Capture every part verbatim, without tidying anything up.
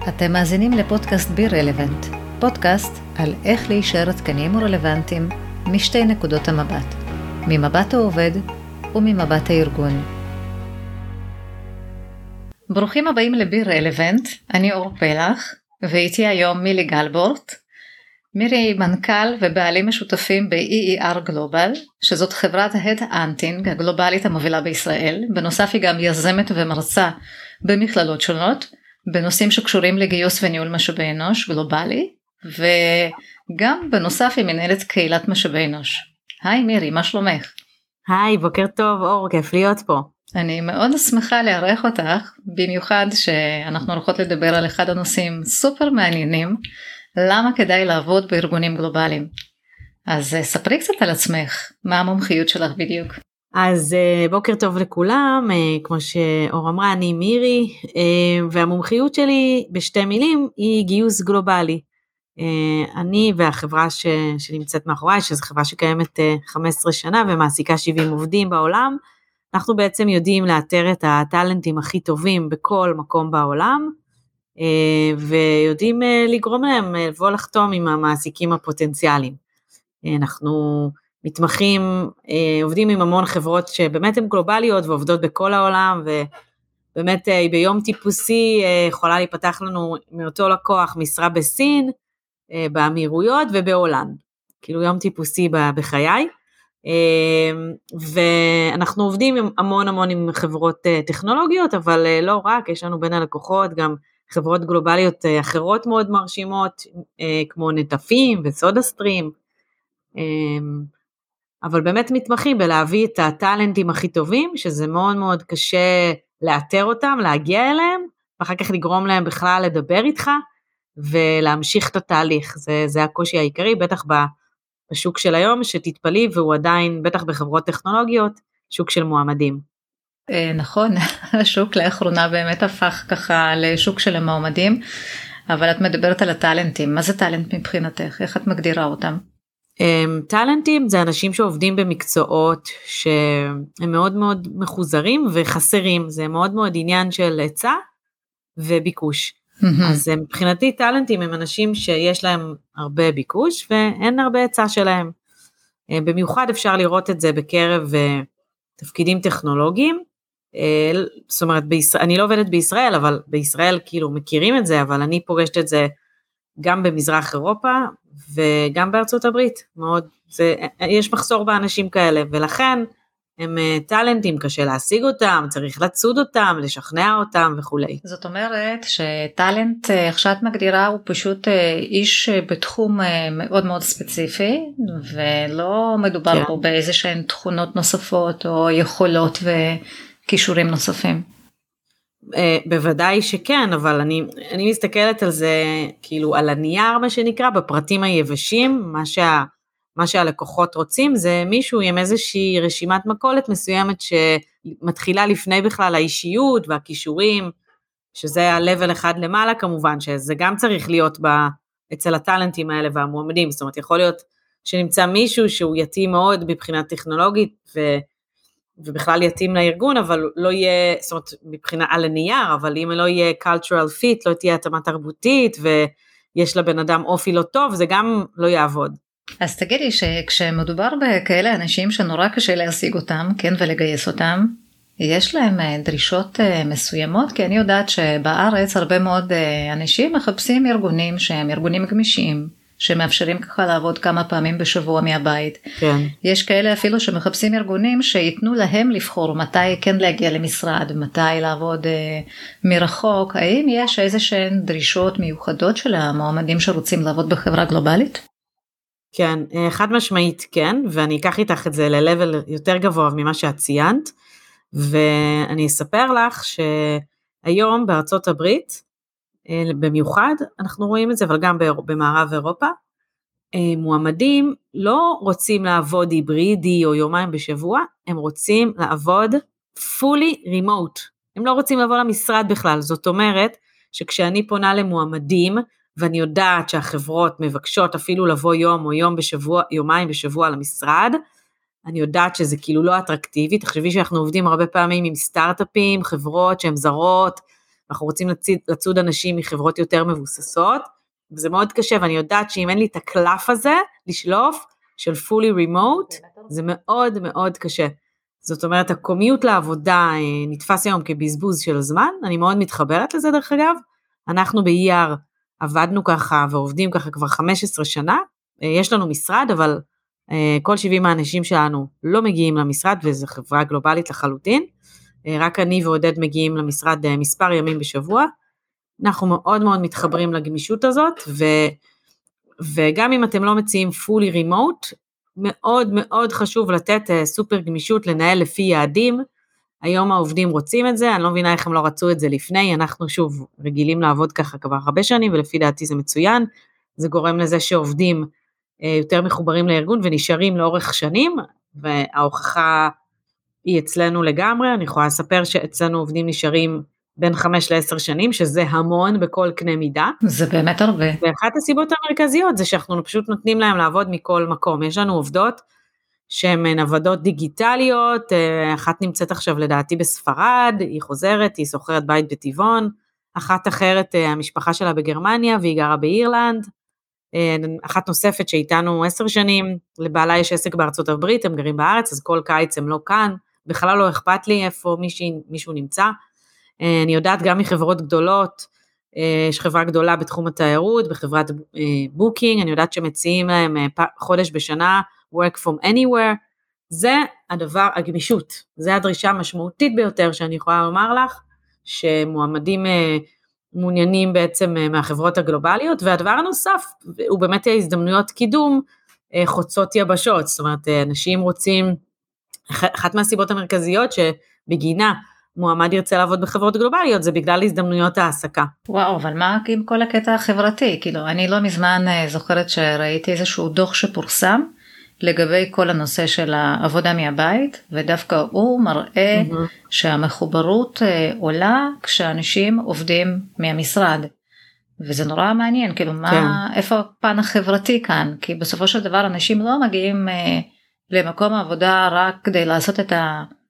אתם מאזינים לפודקאסט בי רלוונט, פודקאסט על איך להישאר עדכניים ורלוונטיים משתי נקודות המבט, ממבט העובד וממבט הארגון. ברוכים הבאים לבי רלוונט, אני אור פלח, ואיתי היום מילי גלבורט. מירי היא מנכ"ל ובעלים משותפים ב-אי אי אר גלובל, שזאת חברת ההד-האנטינג הגלובלית המובילה בישראל. בנוסף היא גם יזמת ומרצה במכללות שונות, בנושאים שקשורים לגיוס וניהול משאבי אנוש גלובלי, וגם בנוסף היא מנהלת קהילת משאבי אנוש. היי מירי, מה שלומך? היי, בוקר טוב אור, כיף להיות פה. אני מאוד שמחה לארח אותך, במיוחד שאנחנו הולכות לדבר על אחד הנושאים סופר מעניינים, למה כדאי לעבוד בארגונים גלובליים. אז ספרי קצת על עצמך, מה המומחיות שלך בדיוק? אז בוקר טוב לכולם, כמו שאור אמרה, אני מירי, והמומחיות שלי בשתי מילים היא גיוס גלובלי. אני והחברה ש, שנמצאת מאחוריי, שזו חברה שקיימת חמש עשרה שנה ומעסיקה שבעים עובדים בעולם, אנחנו בעצם יודעים לאתר את הטלנטים הכי טובים בכל מקום בעולם, ויודעים לגרום להם לבוא לחתום עם המעסיקים הפוטנציאליים. אנחנו מתמחים, עובדים עם המון חברות שבאמת הן גלובליות ועובדות בכל העולם, ובאמת ביום טיפוסי יכולה להיפתח לנו מאותו לקוח משרה בסין, באמירויות ובהולנד, כאילו יום טיפוסי בחיי, ואנחנו עובדים עם המון המון עם חברות טכנולוגיות, אבל לא רק, יש לנו בין הלקוחות גם חברות גלובליות אחרות מאוד מרשימות, כמו נטפים וסודה סטרים, אבל באמת מתמחים בלהביא את הטלנטים הכי טובים, שזה מאוד מאוד קשה לאתר אותם, להגיע אליהם, ואחר כך לגרום להם בכלל לדבר איתך, ולהמשיך את התהליך. זה, זה הקושי העיקרי, בטח בשוק של היום, שתתפליא, והוא עדיין, בטח בחברות טכנולוגיות, שוק של מועמדים. נכון, השוק לאחרונה באמת הפך ככה לשוק של המועמדים, אבל את מדברת על הטלנטים. מה זה טלנט מבחינתך? איך את מגדירה אותם? טלנטים זה אנשים שעובדים במקצועות שהם מאוד מאוד מחוזרים וחסרים, זה מאוד מאוד עניין של היצע וביקוש. אז מבחינתי טלנטים הם אנשים שיש להם הרבה ביקוש ואין הרבה היצע שלהם. במיוחד אפשר לראות את זה בקרב תפקידים טכנולוגיים, זאת אומרת, אני לא עובדת בישראל, אבל בישראל כאילו מכירים את זה, אבל אני פוגשת את זה גם במזרח אירופה, וגם בארצות הברית, מאוד, זה, יש מחסור באנשים כאלה, ולכן הם טלנטים, קשה להשיג אותם, צריך לצוד אותם, לשכנע אותם וכו'. זאת אומרת שטלנט, איך שאת מגדירה, הוא פשוט איש בתחום מאוד מאוד ספציפי, ולא מדובר כן. פה באיזה שהן תכונות נוספות, או יכולות וכישורים נוספים. בוודאי שכן, אבל אני, אני מסתכלת על זה, כאילו על הנייר מה שנקרא, בפרטים היבשים, מה, שה, מה שהלקוחות רוצים, זה מישהו עם איזושהי רשימת מכולת מסוימת, שמתחילה לפני בכלל האישיות והכישורים, שזה ה-level אחד למעלה כמובן, שזה גם צריך להיות ב, אצל הטלנטים האלה והמועמדים, זאת אומרת יכול להיות שנמצא מישהו שהוא יתאים מאוד מבחינה טכנולוגית, ו... ובכלל יתאים לארגון, אבל לא יהיה, זאת אומרת, מבחינה על הנייר, אבל אם לא יהיה cultural fit, לא תהיה התאמה תרבותית, ויש לבן אדם אופי לא טוב, זה גם לא יעבוד. אז תגידי שכשמדובר בכאלה אנשים שנורא קשה להשיג אותם, כן, ולגייס אותם, יש להם דרישות מסוימות, כי אני יודעת שבארץ הרבה מאוד אנשים מחפשים ארגונים שהם ארגונים גמישים, שמאפשרים ככה לעבוד כמה פעמים בשבוע מהבית. כן. יש כאלה אפילו שמחפשים ארגונים שיתנו להם לבחור מתי כן להגיע למשרד, מתי לעבוד אה, מרחוק. האם יש איזה שהן דרישות מיוחדות של המועמדים שרוצים לעבוד בחברה גלובלית? כן, חד משמעית כן, ואני אקח איתך את זה ל-level יותר גבוה ממה שאת ציינת, ואני אספר לך שהיום בארצות הברית, במיוחד, אנחנו רואים את זה, אבל גם במערב אירופה, מועמדים לא רוצים לעבוד היברידי או יומיים בשבוע, הם רוצים לעבוד fully remote, הם לא רוצים לבוא למשרד בכלל, זאת אומרת, שכשאני פונה למועמדים, ואני יודעת שהחברות מבקשות אפילו לבוא יום או יום בשבוע, יומיים בשבוע למשרד, אני יודעת שזה כאילו לא אטרקטיבי, תחשבי שאנחנו עובדים הרבה פעמים עם סטארט-אפים, חברות שהן זרות, אנחנו רוצים לצוד, לצוד אנשים מחברות יותר מבוססות, וזה מאוד קשה, ואני יודעת שאם אין לי את הקלף הזה, לשלוף, של fully remote, זה מאוד מאוד קשה. זאת אומרת, הקומיוט לעבודה נתפס היום כבזבוז של הזמן, אני מאוד מתחברת לזה דרך אגב, אנחנו ב-E R עבדנו ככה ועובדים ככה כבר חמש עשרה שנה, יש לנו משרד, אבל כל שבעים האנשים שלנו לא מגיעים למשרד, וזו חברה גלובלית לחלוטין, רק אני ועודד מגיעים למשרד מספר ימים בשבוע, אנחנו מאוד מאוד מתחברים לגמישות הזאת, ו, וגם אם אתם לא מציעים fully remote, מאוד מאוד חשוב לתת סופר גמישות, לנהל לפי יעדים, היום העובדים רוצים את זה, אני לא מבינה איך הם לא רצו את זה לפני, אנחנו שוב רגילים לעבוד ככה כבר הרבה שנים, ולפי דעתי זה מצוין, זה גורם לזה שעובדים יותר מחוברים לארגון, ונשארים לאורך שנים, וההוכחה היא אצלנו לגמרי, אני יכולה לספר שאצלנו עובדים נשארים בין חמש לעשר שנים, שזה המון בכל קנה מידה. זה באמת הרבה. ואחת הסיבות המרכזיות זה שאנחנו פשוט נותנים להם לעבוד מכל מקום, יש לנו עובדות שהן נוודות דיגיטליות, אחת נמצאת עכשיו לדעתי בספרד, היא חוזרת, היא שוכרת בית בטבעון, אחת אחרת המשפחה שלה בגרמניה והיא גרה באירלנד, אחת נוספת שאיתנו עשר שנים, לבעלה יש עסק בארצות הברית, הם גרים בארץ, אז כל קיץ הם לא כאן, בכלל לא אכפת לי איפה מישהו, מישהו נמצא, אני יודעת גם מחברות גדולות, יש חברה גדולה בתחום התיירות, בחברת בוקינג, אני יודעת שמציעים להם חודש בשנה, work from anywhere, זה הדבר, הגמישות, זה הדרישה המשמעותית ביותר שאני יכולה לומר לך, שמועמדים מעוניינים בעצם מהחברות הגלובליות, והדבר הנוסף, הוא באמת ההזדמנויות קידום חוצות יבשות, זאת אומרת, אנשים רוצים, אחת מהסיבות המרכזיות שבגינה מועמד ירצה לעבוד בחברות גלובליות, זה בגלל הזדמנויות העסקה. וואו, אבל מה עם כל הקטע החברתי? כאילו, אני לא מזמן זוכרת שראיתי איזשהו דוח שפורסם, לגבי כל הנושא של העבודה מהבית, ודווקא הוא מראה mm-hmm. שהמחוברות עולה כשאנשים עובדים מהמשרד, וזה נורא מעניין, כאילו מה, כן. איפה הפן החברתי כאן, כי בסופו של דבר אנשים לא מגיעים אה, למקום העבודה רק כדי לעשות את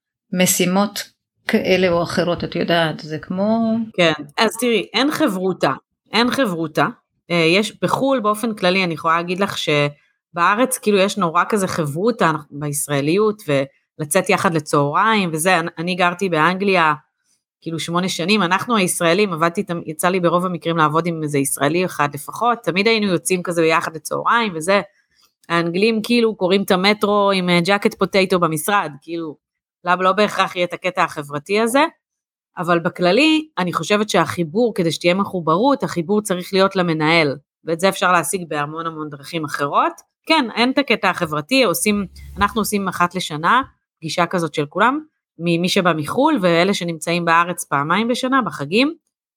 המשימות כאלה או אחרות, את יודעת, זה כמו... כן, אז תראי, אין חברותה, אין חברותה, אה, יש בחול באופן כללי, אני יכולה להגיד לך ש... בארץ כאילו יש נורא כזה חברותה בישראליות, ולצאת יחד לצהריים וזה, אני גרתי באנגליה כאילו שמונה שנים, אנחנו הישראלים, עבדתי, יצא לי ברוב המקרים לעבוד עם איזה ישראלי אחד לפחות, תמיד היינו יוצאים כזה ביחד לצהריים וזה, האנגלים כאילו קוראים את המטרו עם ג'קט פוטטו במשרד, כאילו לא, לא בהכרח יהיה את הקטע החברתי הזה, אבל בכללי אני חושבת שהחיבור, כדי שתהיה מחוברות, החיבור צריך להיות למנהל, ואת זה אפשר להשיג בהמון המון דרכים אחרות, כן, אין את הקטע החברתי, עושים, אנחנו עושים אחת לשנה, פגישה כזאת של כולם, ממי שבא מחול, ואלה שנמצאים בארץ פעמיים בשנה, בחגים,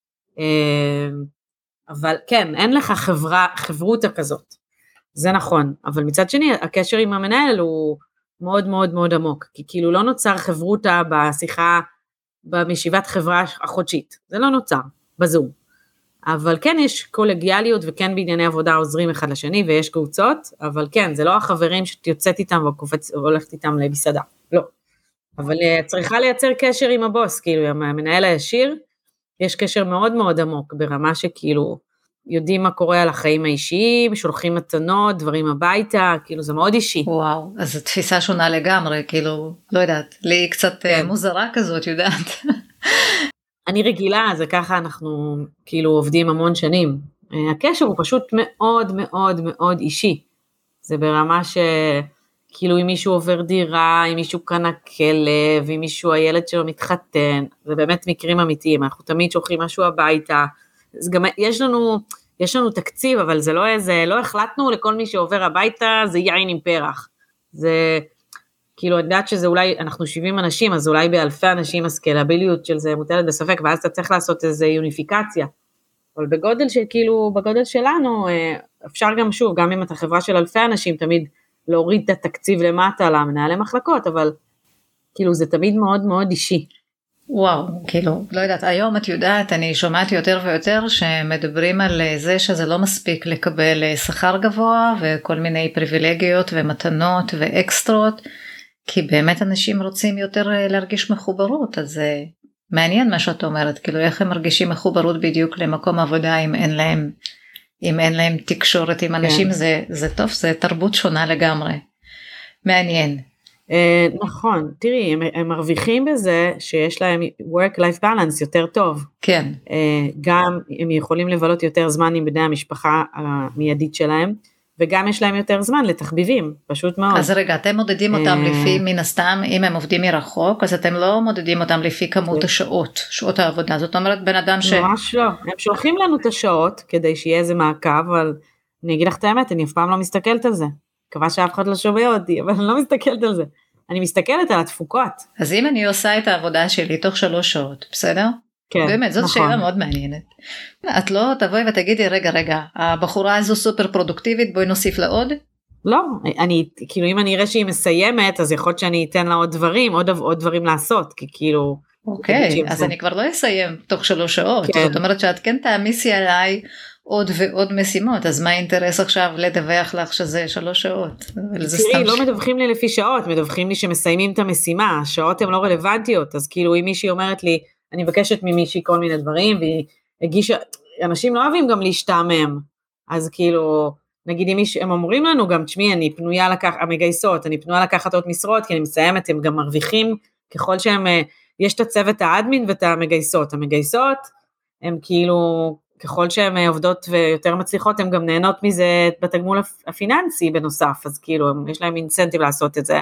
אבל כן, אין לך חברה, חברותה כזאת, זה נכון, אבל מצד שני, הקשר עם המנהל הוא מאוד מאוד מאוד עמוק, כי כאילו לא נוצר חברותה בשיחה, במשיבת חברה החודשית, זה לא נוצר, בזום. אבל כן יש קולגיאליות, וכן בענייני עבודה עוזרים אחד לשני, ויש קבוצות, אבל כן, זה לא החברים שתיוצאת איתם, והולכת איתם למסעדה, לא. אבל צריכה לייצר קשר עם הבוס, כאילו, המנהל הישיר, יש קשר מאוד מאוד עמוק, ברמה שכאילו, יודעים מה קורה על החיים האישיים, שולחים מתנות, דברים הביתה, כאילו, זה מאוד אישי. וואו, אז זו תפיסה שונה לגמרי, כאילו, לא יודעת, לי קצת כן. מוזרה כזאת, יודעת. אני רגילה, זה ככה אנחנו כאילו עובדים המון שנים. הקשר הוא פשוט מאוד מאוד מאוד אישי. זה ברמה שכאילו אם מישהו עובר דירה, אם מישהו קנה כלב, אם מישהו הילד שלו מתחתן, זה באמת מקרים אמיתיים, אנחנו תמיד שולחים משהו הביתה. אז גם יש לנו, יש לנו תקציב, אבל זה לא איזה, לא החלטנו לכל מי שעובר הביתה, זה יין עם פרח. זה... כאילו, אני יודעת שזה אולי, אנחנו שבעים אנשים, אז אולי באלפי אנשים הסקלביליות של זה מוטלת בספק, ואז אתה צריך לעשות איזו יוניפיקציה. אבל בגודל של, כאילו, בגודל שלנו, אפשר גם שוב, גם אם אתה חברה של אלפי אנשים, תמיד להוריד את התקציב למטה למנהלי מחלקות, אבל כאילו, זה תמיד מאוד מאוד אישי. וואו, כאילו, לא יודעת, היום את יודעת, אני שומעת יותר ויותר שמדברים על זה שזה לא מספיק לקבל שכר גבוה, וכל מיני פריבילגיות ומתנות ואקסטרות, כי באמת אנשים רוצים יותר להרגיש מחוברות, אז מעניין מה שאת אומרת, כאילו איך הם מרגישים מחוברות בדיוק למקום עבודה אם אין להם, אם אין להם תקשורת עם אנשים, כן. זה, זה טוב, זה תרבות שונה לגמרי. מעניין. נכון, תראי, הם, הם מרוויחים בזה שיש להם work-life balance יותר טוב. כן. גם הם יכולים לבלות יותר זמן עם בני המשפחה המיידית שלהם, וגם יש להם יותר זמן לתחביבים, פשוט מאוד. אז רגע, אתם מודדים אותם לפי, מן הסתם, אם הם עובדים מרחוק, אז אתם לא מודדים אותם לפי כמות השעות, שעות העבודה. זאת אומרת, בן אדם ש... ממש לא. הם שולחים לנו את השעות, כדי שיהיה איזה מעקב, אבל אני אגיד לך את האמת, אני אף פעם לא מסתכלת על זה. מקווה שאף אחד לא שומע אותי, אבל אני לא מסתכלת על זה. אני מסתכלת על התפוקות. אז אם אני עושה את העבודה שלי תוך שלוש שעות, בסדר? כן, באמת, זאת נכון. שאלה מאוד מעניינת. את לא תבואי ותגידי, רגע, רגע, הבחורה הזו סופר פרודוקטיבית, בואי נוסיף לה עוד? לא, אני, כאילו אם אני אראה שהיא מסיימת, אז יכול להיות שאני אתן לה עוד דברים, עוד, עוד דברים לעשות, כי כאילו... אוקיי, אז אני כבר לא אסיים תוך שלוש שעות, כן. זאת אומרת שאת כן תעמיסי עליי עוד ועוד משימות, אז מה האינטרס עכשיו לדווח לך שזה שלוש שעות? תראי, לא מדווחים לי לפי שעות, מדווחים לי שמסיימים את המשימה, השעות הן לא רלוונטיות, אז כאילו אם מישהי אומרת לי, אני מבקשת ממישהי כל מיני דברים, והיא הגישה, אנשים לא אוהבים גם להשתעמם, אז כאילו, נגיד אם הם אומרים לנו גם, תשמעי, אני פנויה לקחת, המגייסות, אני פנויה לקחת עוד משרות, כי אני מסיימת, הם גם מרוויחים, ככל שהם, יש את הצוות האדמין ואת המגייסות, המגייסות, הם כאילו, ככל שהן עובדות ויותר מצליחות, הן גם נהנות מזה בתגמול הפיננסי בנוסף, אז כאילו, יש להם אינסנטיב לעשות את זה,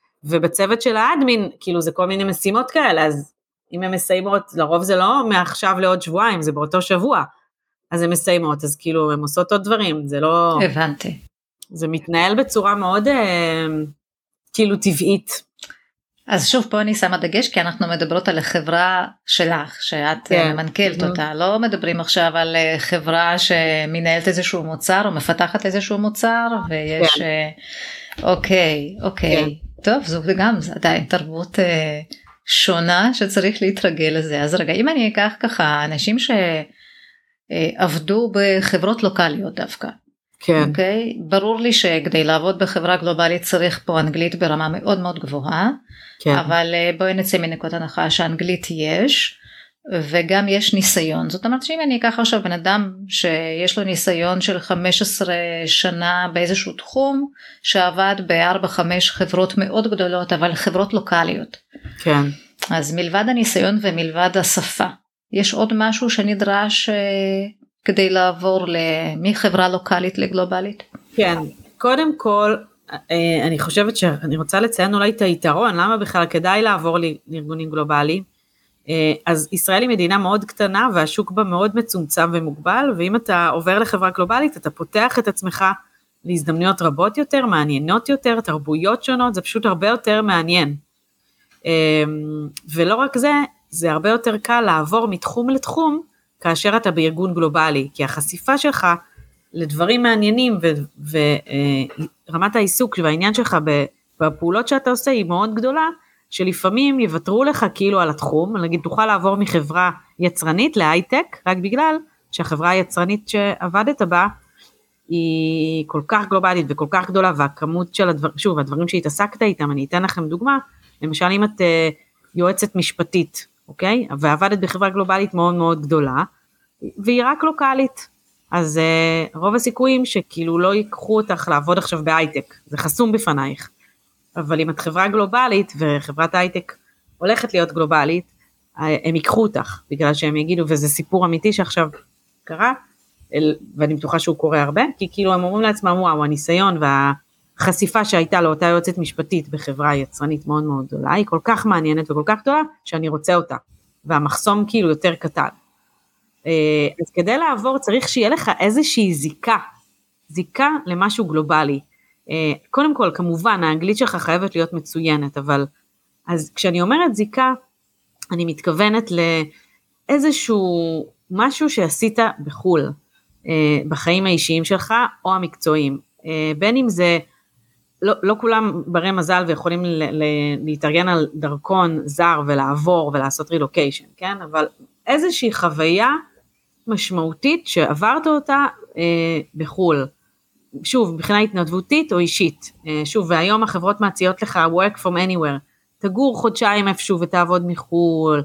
ובצוות של האדמין, כאילו, זה כל מיני משימות כאלה, אז אם הן מסיימות, לרוב זה לא מעכשיו לעוד שבועיים, זה באותו שבוע, אז הן מסיימות, אז כאילו, הן עושות עוד דברים, זה לא... הבנתי. זה מתנהל בצורה מאוד, אה, כאילו, טבעית. אז שוב, פה אני שמה דגש, כי אנחנו מדברות על החברה שלך, שאת כן. מנכלת mm-hmm. אותה, לא מדברים עכשיו על חברה שמנהלת איזשהו מוצר, או מפתחת איזשהו מוצר, ויש... כן. אה, אוקיי, אוקיי. כן. טוב, זו גם, זה עדיין תרבות... אה, שונה שצריך להתרגל לזה. אז רגע, אם אני אקח ככה אנשים שעבדו בחברות לוקליות דווקא, כן. אוקיי? ברור לי שכדי לעבוד בחברה גלובלית צריך פה אנגלית ברמה מאוד מאוד גבוהה, כן. אבל בואי נצא מנקודת הנחה שאנגלית יש, וגם יש ניסיון. זאת אומרת שאם אני אקח עכשיו בן אדם שיש לו ניסיון של חמש עשרה שנה באיזשהו תחום, שעבד בארבע חמש חברות מאוד גדולות, אבל חברות לוקליות. כן. אז מלבד הניסיון ומלבד השפה, יש עוד משהו שנדרש כדי לעבור מחברה לוקלית לגלובלית? כן, קודם כל, אני חושבת שאני רוצה לציין אולי את היתרון, למה בכלל כדאי לעבור לארגונים גלובליים, אז ישראל היא מדינה מאוד קטנה, והשוק בה מאוד מצומצם ומוגבל, ואם אתה עובר לחברה גלובלית, אתה פותח את עצמך להזדמנויות רבות יותר, מעניינות יותר, תרבויות שונות, זה פשוט הרבה יותר מעניין. ולא רק זה, זה הרבה יותר קל לעבור מתחום לתחום, כאשר אתה בארגון גלובלי, כי החשיפה שלך לדברים מעניינים, ורמת העיסוק והעניין שלך בפעולות שאתה עושה, היא מאוד גדולה, שלפעמים יוותרו לך כאילו על התחום, נגיד תוכל לעבור מחברה יצרנית להייטק, רק בגלל שהחברה היצרנית שעבדת בה, היא כל כך גלובלית וכל כך גדולה, והכמות של הדברים, שוב, הדברים שהתעסקת איתם, אני אתן לכם דוגמה, למשל אם את uh, יועצת משפטית, אוקיי? ועבדת בחברה גלובלית מאוד מאוד גדולה, והיא רק לוקלית, אז uh, רוב הסיכויים שכאילו לא ייקחו אותך לעבוד עכשיו בהייטק, זה חסום בפנייך, אבל אם את חברה גלובלית, וחברת הייטק הולכת להיות גלובלית, הם ייקחו אותך, בגלל שהם יגידו, וזה סיפור אמיתי שעכשיו קרה, ואני בטוחה שהוא קורה הרבה, כי כאילו הם אומרים לעצמם, וואו, הניסיון והחשיפה שהייתה לאותה יועצת משפטית בחברה יצרנית מאוד מאוד גדולה, היא כל כך מעניינת וכל כך גדולה, שאני רוצה אותה, והמחסום כאילו יותר קטן. אז כדי לעבור צריך שיהיה לך איזושהי זיקה, זיקה למשהו גלובלי. קודם כל, כמובן, האנגלית שלך חייבת להיות מצוינת, אבל אז כשאני אומרת זיקה, אני מתכוונת לאיזשהו משהו שעשית בחול, בחיים האישיים שלך או המקצועיים, בין אם זה, לא, לא כולם ברי מזל ויכולים ל, ל, להתארגן על דרכון זר ולעבור ולעשות רילוקיישן, כן? אבל איזושהי חוויה משמעותית שעברת אותה אה, בחול, שוב, מבחינה התנדבותית או אישית, שוב, והיום החברות מציעות לך work from anywhere, תגור חודשיים איפשהו ותעבוד מחול,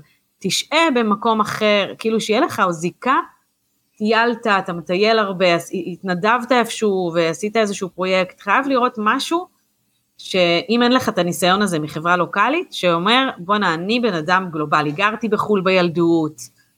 תשעה במקום אחר, כאילו שיהיה לך או זיקה, טיילת, אתה מטייל הרבה, התנדבת איפשהו ועשית איזשהו פרויקט, חייב לראות משהו, שאם אין לך את הניסיון הזה מחברה לוקלית, שאומר, בוא נעני בן אדם גלובלי, גרתי בחול בילדות,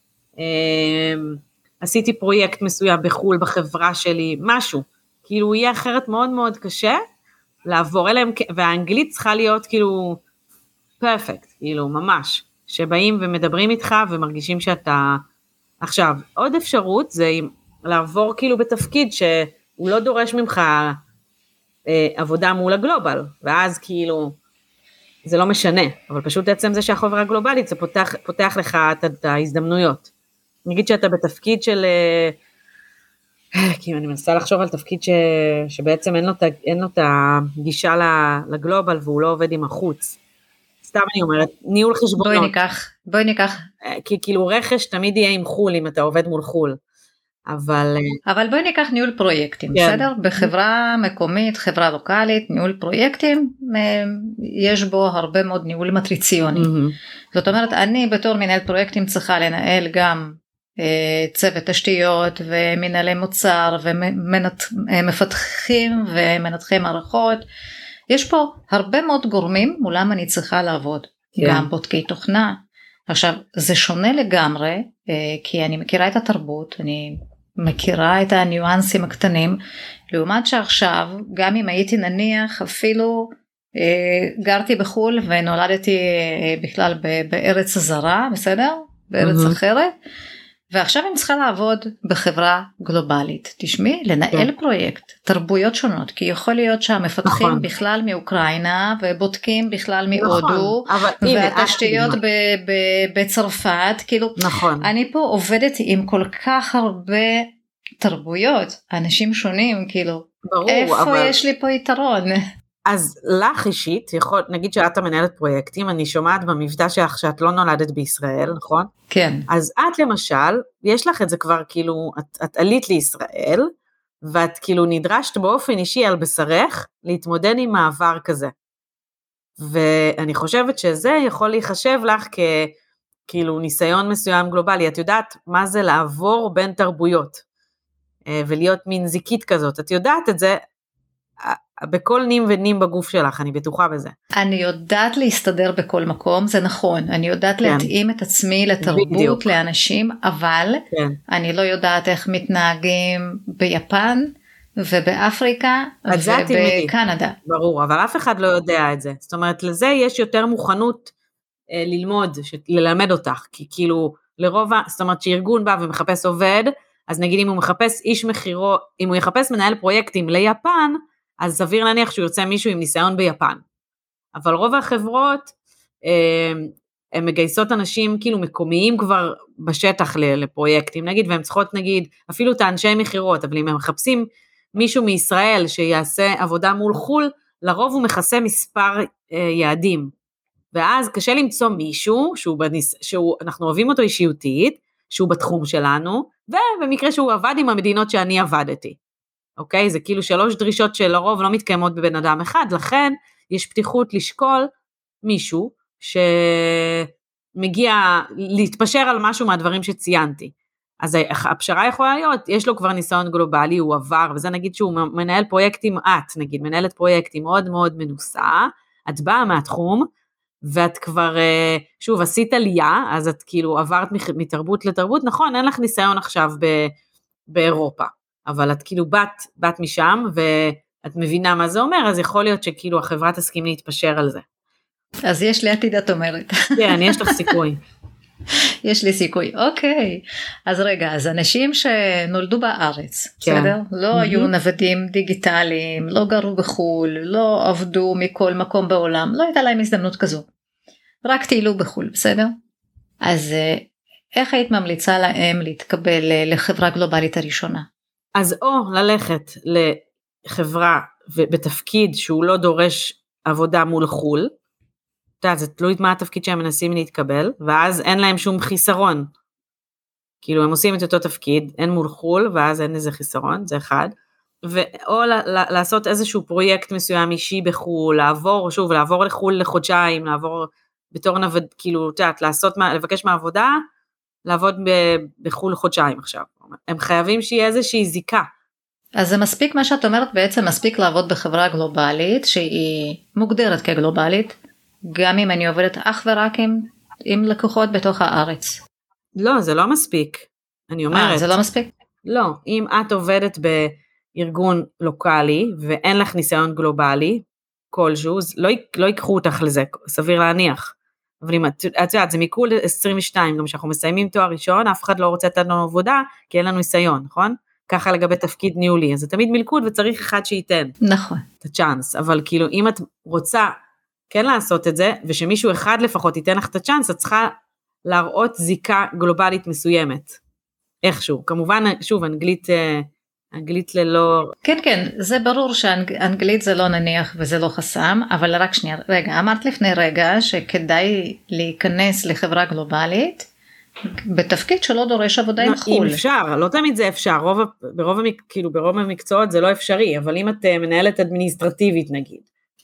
עשיתי פרויקט מסוים בחול בחברה שלי, משהו, כאילו יהיה אחרת מאוד מאוד קשה, לעבור אליהם, והאנגלית צריכה להיות כאילו, פרפקט, כאילו ממש, שבאים ומדברים איתך ומרגישים שאתה, עכשיו, עוד אפשרות זה לעבור כאילו בתפקיד שהוא לא דורש ממך אה, עבודה מול הגלובל, ואז כאילו זה לא משנה, אבל פשוט עצם זה שהחברה גלובלית, זה פותח, פותח לך את, את ההזדמנויות. נגיד שאתה בתפקיד של, אה, כאילו אני מנסה לחשוב על תפקיד ש, שבעצם אין לו, אין לו את הגישה לגלובל, והוא לא עובד עם החוץ. סתם אני אומרת, ניהול חשבונות. בואי ניקח, בואי ניקח. כי כאילו רכש תמיד יהיה עם חול, אם אתה עובד מול חול. אבל... אבל בואי ניקח ניהול פרויקטים, כן. בסדר? בחברה מקומית, חברה לוקלית, ניהול פרויקטים, יש בו הרבה מאוד ניהול מטריציוני. Mm-hmm. זאת אומרת, אני בתור מנהל פרויקטים צריכה לנהל גם אה, צוות תשתיות, ומנהלי מוצר, ומפתחים, ומנתחי מערכות, יש פה הרבה מאוד גורמים מולם אני צריכה לעבוד, כן. גם בודקי תוכנה. עכשיו זה שונה לגמרי, כי אני מכירה את התרבות, אני מכירה את הניואנסים הקטנים, לעומת שעכשיו גם אם הייתי נניח אפילו גרתי בחול ונולדתי בכלל בארץ זרה, בסדר? בארץ mm-hmm. אחרת, ועכשיו אני צריכה לעבוד בחברה גלובלית, תשמעי, לנהל כן. פרויקט, תרבויות שונות, כי יכול להיות שהמפתחים נכון. בכלל מאוקראינה, ובודקים בכלל מהודו, נכון, והתשתיות ב- ב- בצרפת, כאילו, נכון. אני פה עובדת עם כל כך הרבה תרבויות, אנשים שונים, כאילו, ברור, איפה אבל... יש לי פה יתרון? אז לך אישית, יכול, נגיד שאת המנהלת פרויקטים, אני שומעת במבטא שלך שאת לא נולדת בישראל, נכון? כן. אז את למשל, יש לך את זה כבר כאילו, את, את עלית לישראל, ואת כאילו נדרשת באופן אישי על בשרך, להתמודד עם מעבר כזה. ואני חושבת שזה יכול להיחשב לך ככאילו ניסיון מסוים גלובלי, את יודעת מה זה לעבור בין תרבויות, ולהיות מין זיקית כזאת, את יודעת את זה, בכל נים ונים בגוף שלך, אני בטוחה בזה. אני יודעת להסתדר בכל מקום, זה נכון, אני יודעת כן. להתאים את עצמי לתרבות, בדיוק. לאנשים, אבל כן. אני לא יודעת איך מתנהגים ביפן, ובאפריקה, ובקנדה. ברור, אבל אף אחד לא יודע את זה, זאת אומרת, לזה יש יותר מוכנות אה, ללמוד, ללמד אותך, כי כאילו, לרוב, זאת אומרת, שארגון בא ומחפש עובד, אז נגיד אם הוא מחפש איש מחירו, אם הוא יחפש מנהל פרויקטים ליפן, אז סביר להניח שהוא יוצא מישהו עם ניסיון ביפן. אבל רוב החברות, הן מגייסות אנשים כאילו מקומיים כבר בשטח לפרויקטים, נגיד, והן צריכות נגיד, אפילו את האנשי מחירות, אבל אם הם מחפשים מישהו מישראל שיעשה עבודה מול חול, לרוב הוא מכסה מספר יעדים. ואז קשה למצוא מישהו, שהוא בניס, שהוא, אנחנו אוהבים אותו אישיותית, שהוא בתחום שלנו, ובמקרה שהוא עבד עם המדינות שאני עבדתי. אוקיי? זה כאילו שלוש דרישות שלרוב לא מתקיימות בבן אדם אחד, לכן יש פתיחות לשקול מישהו שמגיע להתפשר על משהו מהדברים שציינתי. אז הפשרה יכולה להיות, יש לו כבר ניסיון גלובלי, הוא עבר, וזה נגיד שהוא מנהל פרויקטים, את נגיד, מנהלת פרויקטים מאוד מאוד מנוסה, את באה מהתחום, ואת כבר, שוב, עשית עלייה, אז את כאילו עברת מתרבות לתרבות, נכון, אין לך ניסיון עכשיו ב- באירופה, אבל את כאילו בת, בת משם, ואת מבינה מה זה אומר, אז יכול להיות שכאילו החברה תסכים להתפשר על זה. אז יש לי עתיד, את אומרת. כן, יש לך סיכוי. יש לי סיכוי, אוקיי. אז רגע, אז אנשים שנולדו בארץ, כן. בסדר? לא mm-hmm. היו נוודים דיגיטליים, לא גרו בחול, לא עבדו מכל מקום בעולם, לא הייתה להם הזדמנות כזו. רק טיילו בחול, בסדר? אז איך היית ממליצה להם להתקבל לחברה גלובלית הראשונה? אז או ללכת לחברה בתפקיד שהוא לא דורש עבודה מול חול, זה תלוי מה התפקיד שהם מנסים להתקבל, ואז אין להם שום חיסרון. כאילו הם עושים את אותו תפקיד, אין מול חול, ואז אין איזה חיסרון, זה אחד. או לעשות איזשהו פרויקט מסוים אישי בחול, לעבור, שוב, לעבור לחול לחודשיים, לעבור בתור נווד, כאילו, תעת, לעשות, לבקש מהעבודה, לעבוד בחול חודשיים עכשיו. הם חייבים שיהיה איזושהי זיקה. אז זה מספיק, מה שאת אומרת בעצם מספיק לעבוד בחברה גלובלית, שהיא מוגדרת כגלובלית, גם אם אני עובדת אך ורק עם, עם לקוחות בתוך הארץ. לא, זה לא מספיק. אני אומרת. אה, זה לא מספיק? לא, אם את עובדת בארגון לוקלי, ואין לך ניסיון גלובלי, כלשהו, לא, לא ייקחו אותך לזה, סביר להניח. אבל אם את יודעת, זה מיקול עשרים ושתיים, גם שאנחנו מסיימים תואר ראשון, אף אחד לא רוצה לתת לנו עבודה, כי אין לנו ניסיון, נכון? ככה לגבי תפקיד ניהולי, אז זה תמיד מלכוד, וצריך אחד שייתן. נכון. את הצ'אנס, אבל כאילו, אם את רוצה כן לעשות את זה, ושמישהו אחד לפחות ייתן לך את הצ'אנס, את צריכה להראות זיקה גלובלית מסוימת. איכשהו, כמובן, שוב, אנגלית, אנגלית ללא... כן, כן, זה ברור שאנגלית זה לא נניח וזה לא חסם, אבל רק שנייה, רגע, אמרת לפני רגע שכדאי להיכנס לחברה גלובלית, בתפקיד שלא דורש עבודה עם חול. אם אפשר, לא תמיד זה אפשר, רוב, ברוב, כאילו, ברוב המקצועות זה לא אפשרי, אבל אם את מנהלת אדמיניסטרטיבית נגיד,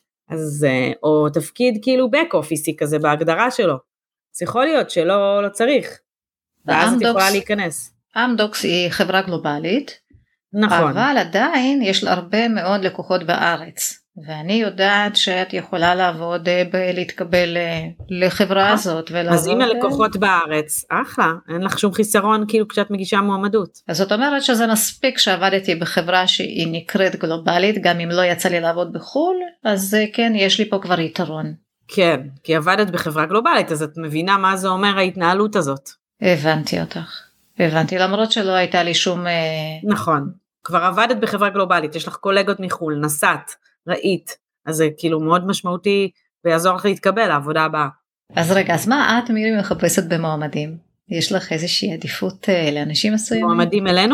אז, או תפקיד כאילו back office כזה בהגדרה שלו, זה יכול להיות שלא לא צריך, ואז את יכולה להיכנס. אמדוקס היא חברה גלובלית, נכון. אבל עדיין יש לה הרבה מאוד לקוחות בארץ, ואני יודעת שאת יכולה לעבוד, להתקבל לחברה הזאת. אז אם הלקוחות בארץ, אחלה, אין לך שום חיסרון כאילו כשאת מגישה מועמדות. אז זאת אומרת שזה מספיק שעבדתי בחברה שהיא נקראת גלובלית, גם אם לא יצא לי לעבוד בחול, אז כן, יש לי פה כבר יתרון. כן, כי עבדת בחברה גלובלית, אז את מבינה מה זה אומר ההתנהלות הזאת. הבנתי אותך. הבנתי, למרות שלא הייתה לי שום... נכון, כבר עבדת בחברה גלובלית, יש לך קולגות מחול, נסעת, ראית, אז זה כאילו מאוד משמעותי, ויעזור לך להתקבל לעבודה הבאה. אז רגע, אז מה את מירי מחפשת במועמדים? יש לך איזושהי עדיפות לאנשים מסוימים? מועמדים אלינו?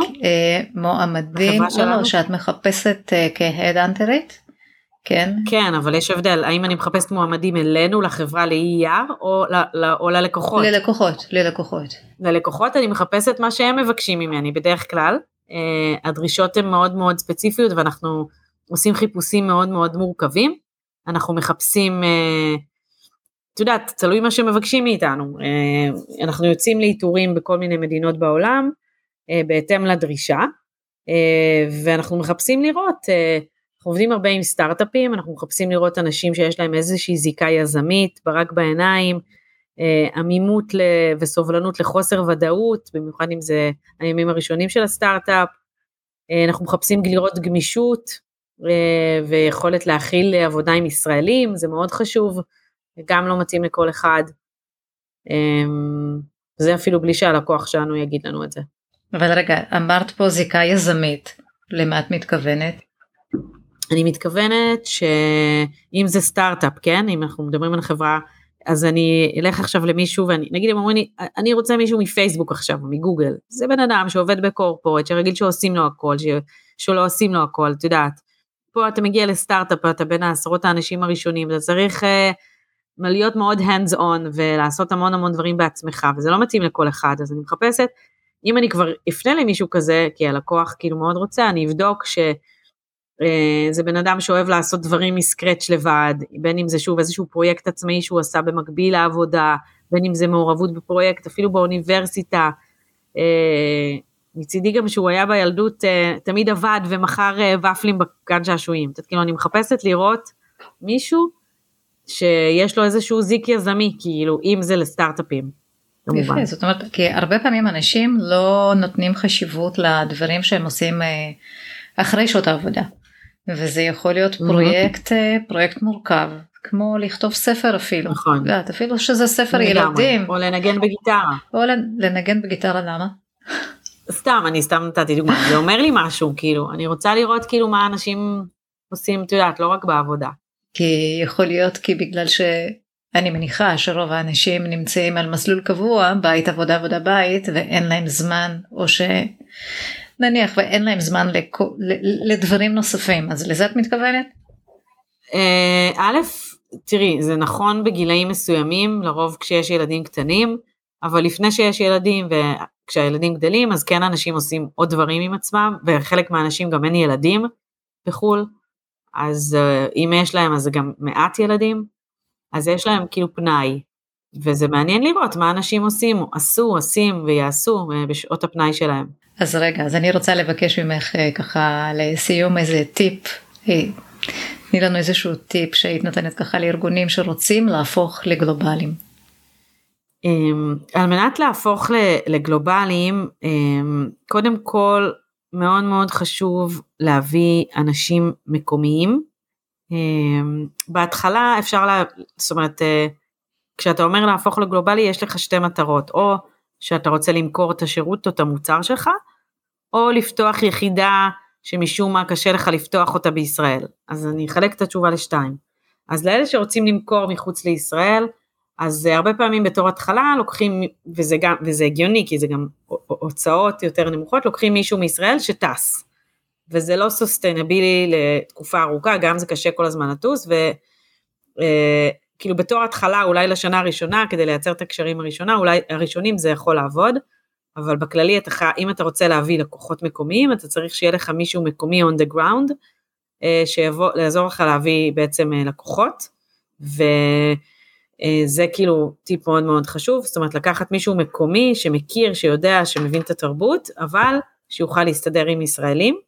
מועמדים, לא, שאת מחפשת כהדאנטרית? כן. כן, אבל יש הבדל, האם אני מחפשת מועמדים אלינו, לחברה ל-אי אר, או, או ללקוחות? ללקוחות, ללקוחות. ללקוחות אני מחפשת מה שהם מבקשים ממני, בדרך כלל, הדרישות הן מאוד מאוד ספציפיות, ואנחנו עושים חיפושים מאוד מאוד מורכבים, אנחנו מחפשים, את יודעת, תלוי מה שמבקשים מאיתנו, אנחנו יוצאים לאיתורים בכל מיני מדינות בעולם, בהתאם לדרישה, ואנחנו מחפשים לראות, אנחנו עובדים הרבה עם סטארט-אפים, אנחנו מחפשים לראות אנשים שיש להם איזושהי זיקה יזמית, ברק בעיניים, עמימות וסובלנות לחוסר ודאות, במיוחד אם זה הימים הראשונים של הסטארט-אפ, אנחנו מחפשים לראות גמישות, ויכולת להכיל עבודה עם ישראלים, זה מאוד חשוב, גם לא מתאים לכל אחד, זה אפילו בלי שהלקוח שלנו יגיד לנו את זה. אבל רגע, אמרת פה זיקה יזמית, למה את מתכוונת? אני מתכוונת שאם זה סטארט-אפ, כן, אם אנחנו מדברים על חברה, אז אני אלך עכשיו למישהו, ואני, נגיד הם אומרים לי, אני רוצה מישהו מפייסבוק עכשיו, או מגוגל, זה בן אדם שעובד בקורפורט, שרגיל שעושים לו הכל, שלא עושים לו הכל, את יודעת, פה אתה מגיע לסטארט-אפ, אתה בין העשרות האנשים הראשונים, אתה צריך uh, להיות מאוד hands on, ולעשות המון המון דברים בעצמך, וזה לא מתאים לכל אחד, אז אני מחפשת, אם אני כבר אפנה למישהו כזה, כי הלקוח כאילו מאוד רוצה, אני אבדוק ש... זה בן אדם שאוהב לעשות דברים מסקרץ' לבד, בין אם זה שוב איזשהו פרויקט עצמאי שהוא עשה במקביל לעבודה, בין אם זה מעורבות בפרויקט, אפילו באוניברסיטה, מצידי גם שהוא היה בילדות, תמיד עבד ומחר ופלים בגן שעשועים, כאילו אני מחפשת לראות מישהו שיש לו איזשהו זיק יזמי, כאילו אם זה לסטארט-אפים. יפה, זאת אומרת, כי הרבה פעמים אנשים לא נותנים חשיבות לדברים שהם עושים אחרי שעות העבודה. וזה יכול להיות פרויקט, פרויקט מורכב, כמו לכתוב ספר אפילו. נכון. אפילו שזה ספר ילדים. או לנגן בגיטרה. או לנגן בגיטרה, למה? סתם, אני סתם נתתי דוגמה. זה אומר לי משהו, כאילו, אני רוצה לראות כאילו מה אנשים עושים, את יודעת, לא רק בעבודה. כי יכול להיות כי בגלל שאני מניחה שרוב האנשים נמצאים על מסלול קבוע, בית עבודה עבודה בית, ואין להם זמן, או ש... נניח ואין להם זמן לדברים נוספים, אז לזה את מתכוונת? א', תראי, זה נכון בגילאים מסוימים, לרוב כשיש ילדים קטנים, אבל לפני שיש ילדים וכשהילדים גדלים, אז כן אנשים עושים עוד דברים עם עצמם, וחלק מהאנשים גם אין ילדים בחול, אז אם יש להם אז זה גם מעט ילדים, אז יש להם כאילו פנאי, וזה מעניין לראות מה אנשים עושים, עשו, עושים ויעשו בשעות הפנאי שלהם. אז רגע, אז אני רוצה לבקש ממך ככה לסיום איזה טיפ, תני לנו איזשהו טיפ שהיית נותנת ככה לארגונים שרוצים להפוך לגלובליים. על מנת להפוך לגלובליים, קודם כל מאוד מאוד חשוב להביא אנשים מקומיים. בהתחלה אפשר, לה, זאת אומרת, כשאתה אומר להפוך לגלובלי, יש לך שתי מטרות, או שאתה רוצה למכור את השירות או את המוצר שלך, או לפתוח יחידה שמשום מה קשה לך לפתוח אותה בישראל. אז אני אחלק את התשובה לשתיים. אז לאלה שרוצים למכור מחוץ לישראל, אז הרבה פעמים בתור התחלה לוקחים, וזה, גם, וזה הגיוני, כי זה גם הוצאות יותר נמוכות, לוקחים מישהו מישראל שטס. וזה לא סוסטיינבילי לתקופה ארוכה, גם זה קשה כל הזמן לטוס, וכאילו בתור התחלה, אולי לשנה הראשונה, כדי לייצר את הקשרים הראשונה, אולי הראשונים זה יכול לעבוד, אבל בכללי, אתה, אם אתה רוצה להביא לקוחות מקומיים, אתה צריך שיהיה לך מישהו מקומי on the ground, שיבוא, לעזור לך להביא בעצם לקוחות, וזה כאילו טיפ מאוד מאוד חשוב, זאת אומרת, לקחת מישהו מקומי, שמכיר, שיודע, שמבין את התרבות, אבל שיוכל להסתדר עם ישראלים,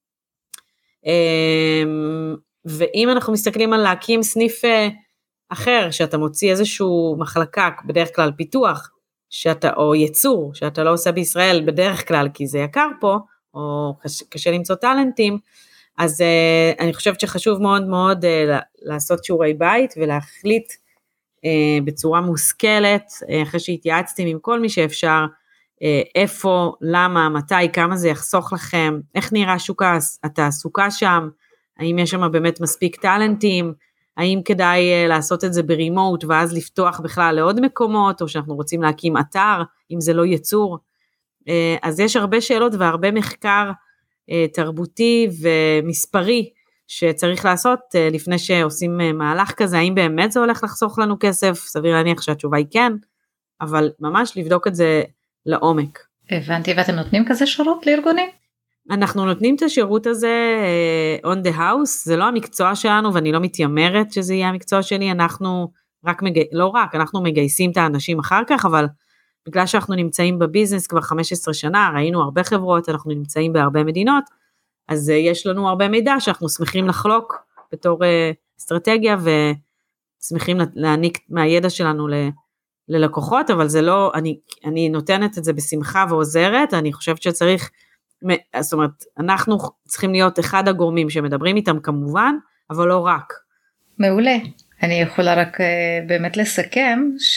ואם אנחנו מסתכלים על להקים סניף אחר, שאתה מוציא איזשהו מחלקה, בדרך כלל פיתוח, שאתה, או יצור, שאתה לא עושה בישראל בדרך כלל, כי זה יקר פה, או קשה, קשה למצוא טלנטים, אז אני חושבת שחשוב מאוד מאוד לעשות שיעורי בית, ולהחליט בצורה מושכלת, אחרי שהתייעצתם עם כל מי שאפשר, איפה, למה, מתי, כמה זה יחסוך לכם, איך נראה שוק התעסוקה שם, האם יש שם באמת מספיק טלנטים, האם כדאי לעשות את זה ברימוט, ואז לפתוח בכלל לעוד מקומות, או שאנחנו רוצים להקים אתר, אם זה לא יצור. אז יש הרבה שאלות והרבה מחקר תרבותי ומספרי, שצריך לעשות לפני שעושים מהלך כזה, האם באמת זה הולך לחסוך לנו כסף, סביר להניח שהתשובה היא כן, אבל ממש לבדוק את זה לעומק. הבנתי, ואתם נותנים כזה שירות לארגונים? אנחנו נותנים את השירות הזה on the house, זה לא המקצוע שלנו, ואני לא מתיימרת שזה יהיה המקצוע שלי, אנחנו רק, מגי... לא רק, אנחנו מגייסים את האנשים אחר כך, אבל בגלל שאנחנו נמצאים בביזנס כבר חמש עשרה שנה, ראינו הרבה חברות, אנחנו נמצאים בהרבה מדינות, אז יש לנו הרבה מידע שאנחנו שמחים לחלוק בתור אסטרטגיה, ושמחים להעניק מהידע שלנו ל... ללקוחות, אבל זה לא, אני, אני נותנת את זה בשמחה ועוזרת, אני חושבת שצריך, זאת אומרת, אנחנו צריכים להיות אחד הגורמים שמדברים איתם כמובן, אבל לא רק. מעולה. אני יכולה רק uh, באמת לסכם,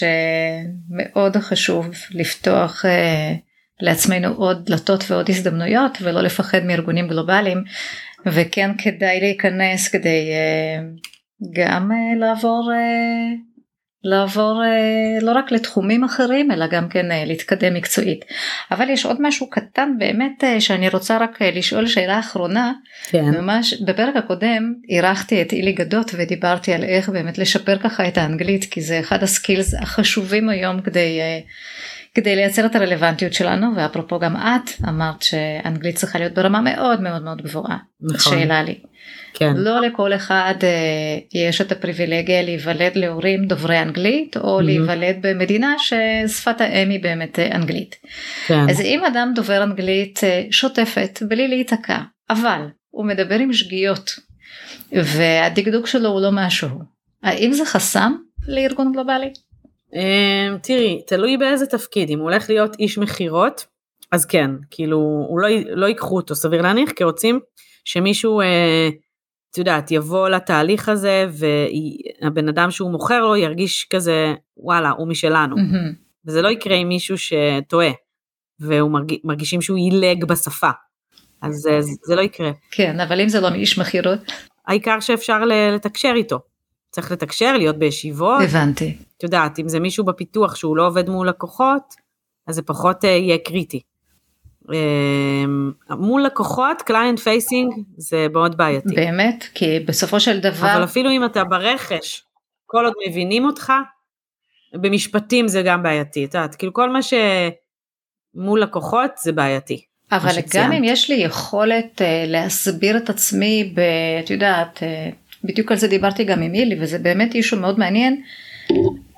שמאוד חשוב לפתוח uh, לעצמנו עוד דלתות ועוד הזדמנויות, ולא לפחד מארגונים גלובליים, וכן כדאי להיכנס, כדי uh, גם uh, לעבור... Uh, לעבור לא רק לתחומים אחרים, אלא גם כן להתקדם מקצועית. אבל יש עוד משהו קטן באמת, שאני רוצה רק לשאול שאלה אחרונה, כן. ממש בפרק הקודם, אירחתי את אילי גדות, ודיברתי על איך באמת לשפר ככה את האנגלית, כי זה אחד הסקילס החשובים היום, כדי, כדי לייצר את הרלוונטיות שלנו, ואפרופו גם את, אמרת שאנגלית צריכה להיות ברמה מאוד מאוד מאוד גבוהה. נכון. שאלה לי. כן. לא לכל אחד uh, יש את הפריבילגיה להיוולד להורים דוברי אנגלית, או mm-hmm. להיוולד במדינה ששפת האם היא באמת uh, אנגלית. כן. אז אם אדם דובר אנגלית uh, שוטפת, בלי להיתקע, אבל הוא מדבר עם שגיאות, והדקדוק שלו הוא לא משהו, האם זה חסם לארגון גלובלי? Um, תראי, תלוי באיזה תפקיד, אם הוא הולך להיות איש מחירות, אז כן, כאילו, הוא לא, לא ייקחו אותו, סביר להניח, כי רוצים שמישהו... Uh, את יודעת, יבוא לתהליך הזה, והבן אדם שהוא מוכר לו, ירגיש כזה, וואלה, הוא משלנו. Mm-hmm. וזה לא יקרה עם מישהו שטועה, והוא מרגיש, מרגישים שהוא ילג בשפה. אז זה, זה לא יקרה. כן, אבל אם זה לא מאיש מחירות? העיקר שאפשר לתקשר איתו. צריך לתקשר, להיות בישיבות. הבנתי. את יודעת, אם זה מישהו בפיתוח שהוא לא עובד מול לקוחות, אז זה פחות יהיה קריטי. מול לקוחות, קליינט פייסינג, זה מאוד בעייתי. באמת? כי בסופו של דבר... אבל אפילו אם אתה ברכש, כל עוד מבינים אותך, במשפטים זה גם בעייתי. אתה יודעת, כאילו כל מה שמול לקוחות זה בעייתי. אבל גם אם יש לי יכולת להסביר את עצמי, את יודעת, בדיוק על זה דיברתי גם עם אילי, וזה באמת אישו מאוד מעניין,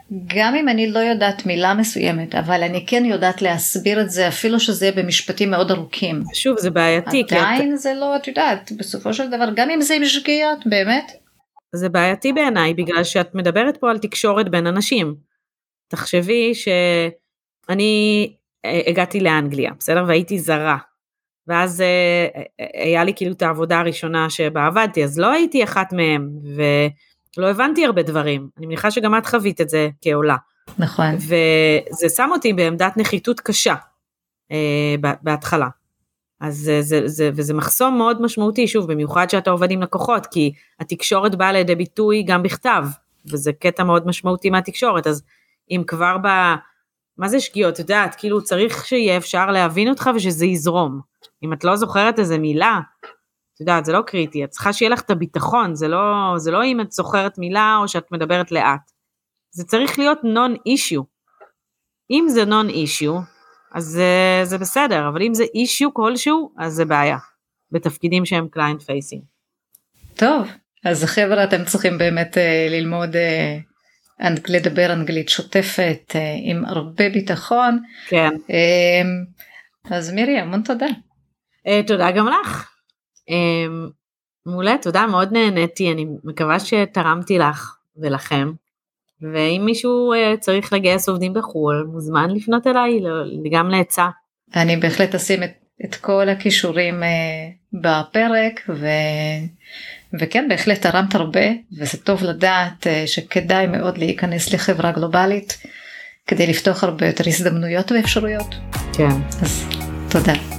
גם אם אני לא יודעת מילה מסוימת, אבל אני כן יודעת להסביר את זה, אפילו שזה במשפטים מאוד ארוכים. שוב, זה בעייתי. עדיין את... זה לא, את יודעת, בסופו של דבר, גם אם זה עם שגיאות, באמת. זה בעייתי בעיניי, בגלל שאת מדברת פה על תקשורת בין אנשים. תחשבי שאני הגעתי לאנגליה, בסדר? והייתי זרה. ואז היה לי כאילו את העבודה הראשונה שבה עבדתי, אז לא הייתי אחת מהם, ולא הבנתי הרבה דברים. אני מניחה שגם את חווית את זה כעולה. נכון. וזה שם אותי בעמדת נחיתות קשה, בהתחלה. אז זה, זה, זה, וזה מחסום מאוד משמעותי, שוב, במיוחד שאתה עובד עם לקוחות, כי התקשורת באה לידי ביטוי גם בכתב, וזה קטע מאוד משמעותי מהתקשורת, אז אם כבר ב... מה זה שגיאות? את יודעת, כאילו צריך שיהיה אפשר להבין אותך ושזה יזרום. אם את לא זוכרת איזה מילה, את יודעת, זה לא קריטי, את צריכה שיהיה לך את הביטחון, זה לא, זה לא אם את זוכרת מילה או שאת מדברת לאט. זה צריך להיות non-issue. אם זה non-issue, אז זה, זה בסדר, אבל אם זה issue כלשהו, אז זה בעיה. בתפקידים שהם client facing. טוב, אז חבר'ה, אתם צריכים באמת uh, ללמוד, uh, אנג, לדבר אנגלית שוטפת, uh, עם הרבה ביטחון. כן. Uh, אז מירי, המון תודה. Uh, תודה גם לך. Uh, מעולה, תודה, מאוד נהניתי, אני מקווה שתרמתי לך ולכם. ואם מישהו uh, צריך לגייס עובדים בחול, מוזמן לפנות אליי, גם להצעה. אני בהחלט אשים את, את כל הכישורים uh, בפרק, ו... וכן, בהחלט תרמת הרבה, וזה טוב לדעת uh, שכדאי מאוד להיכנס לחברה גלובלית, כדי לפתוח הרבה יותר הזדמנויות ואפשרויות. כן. אז תודה.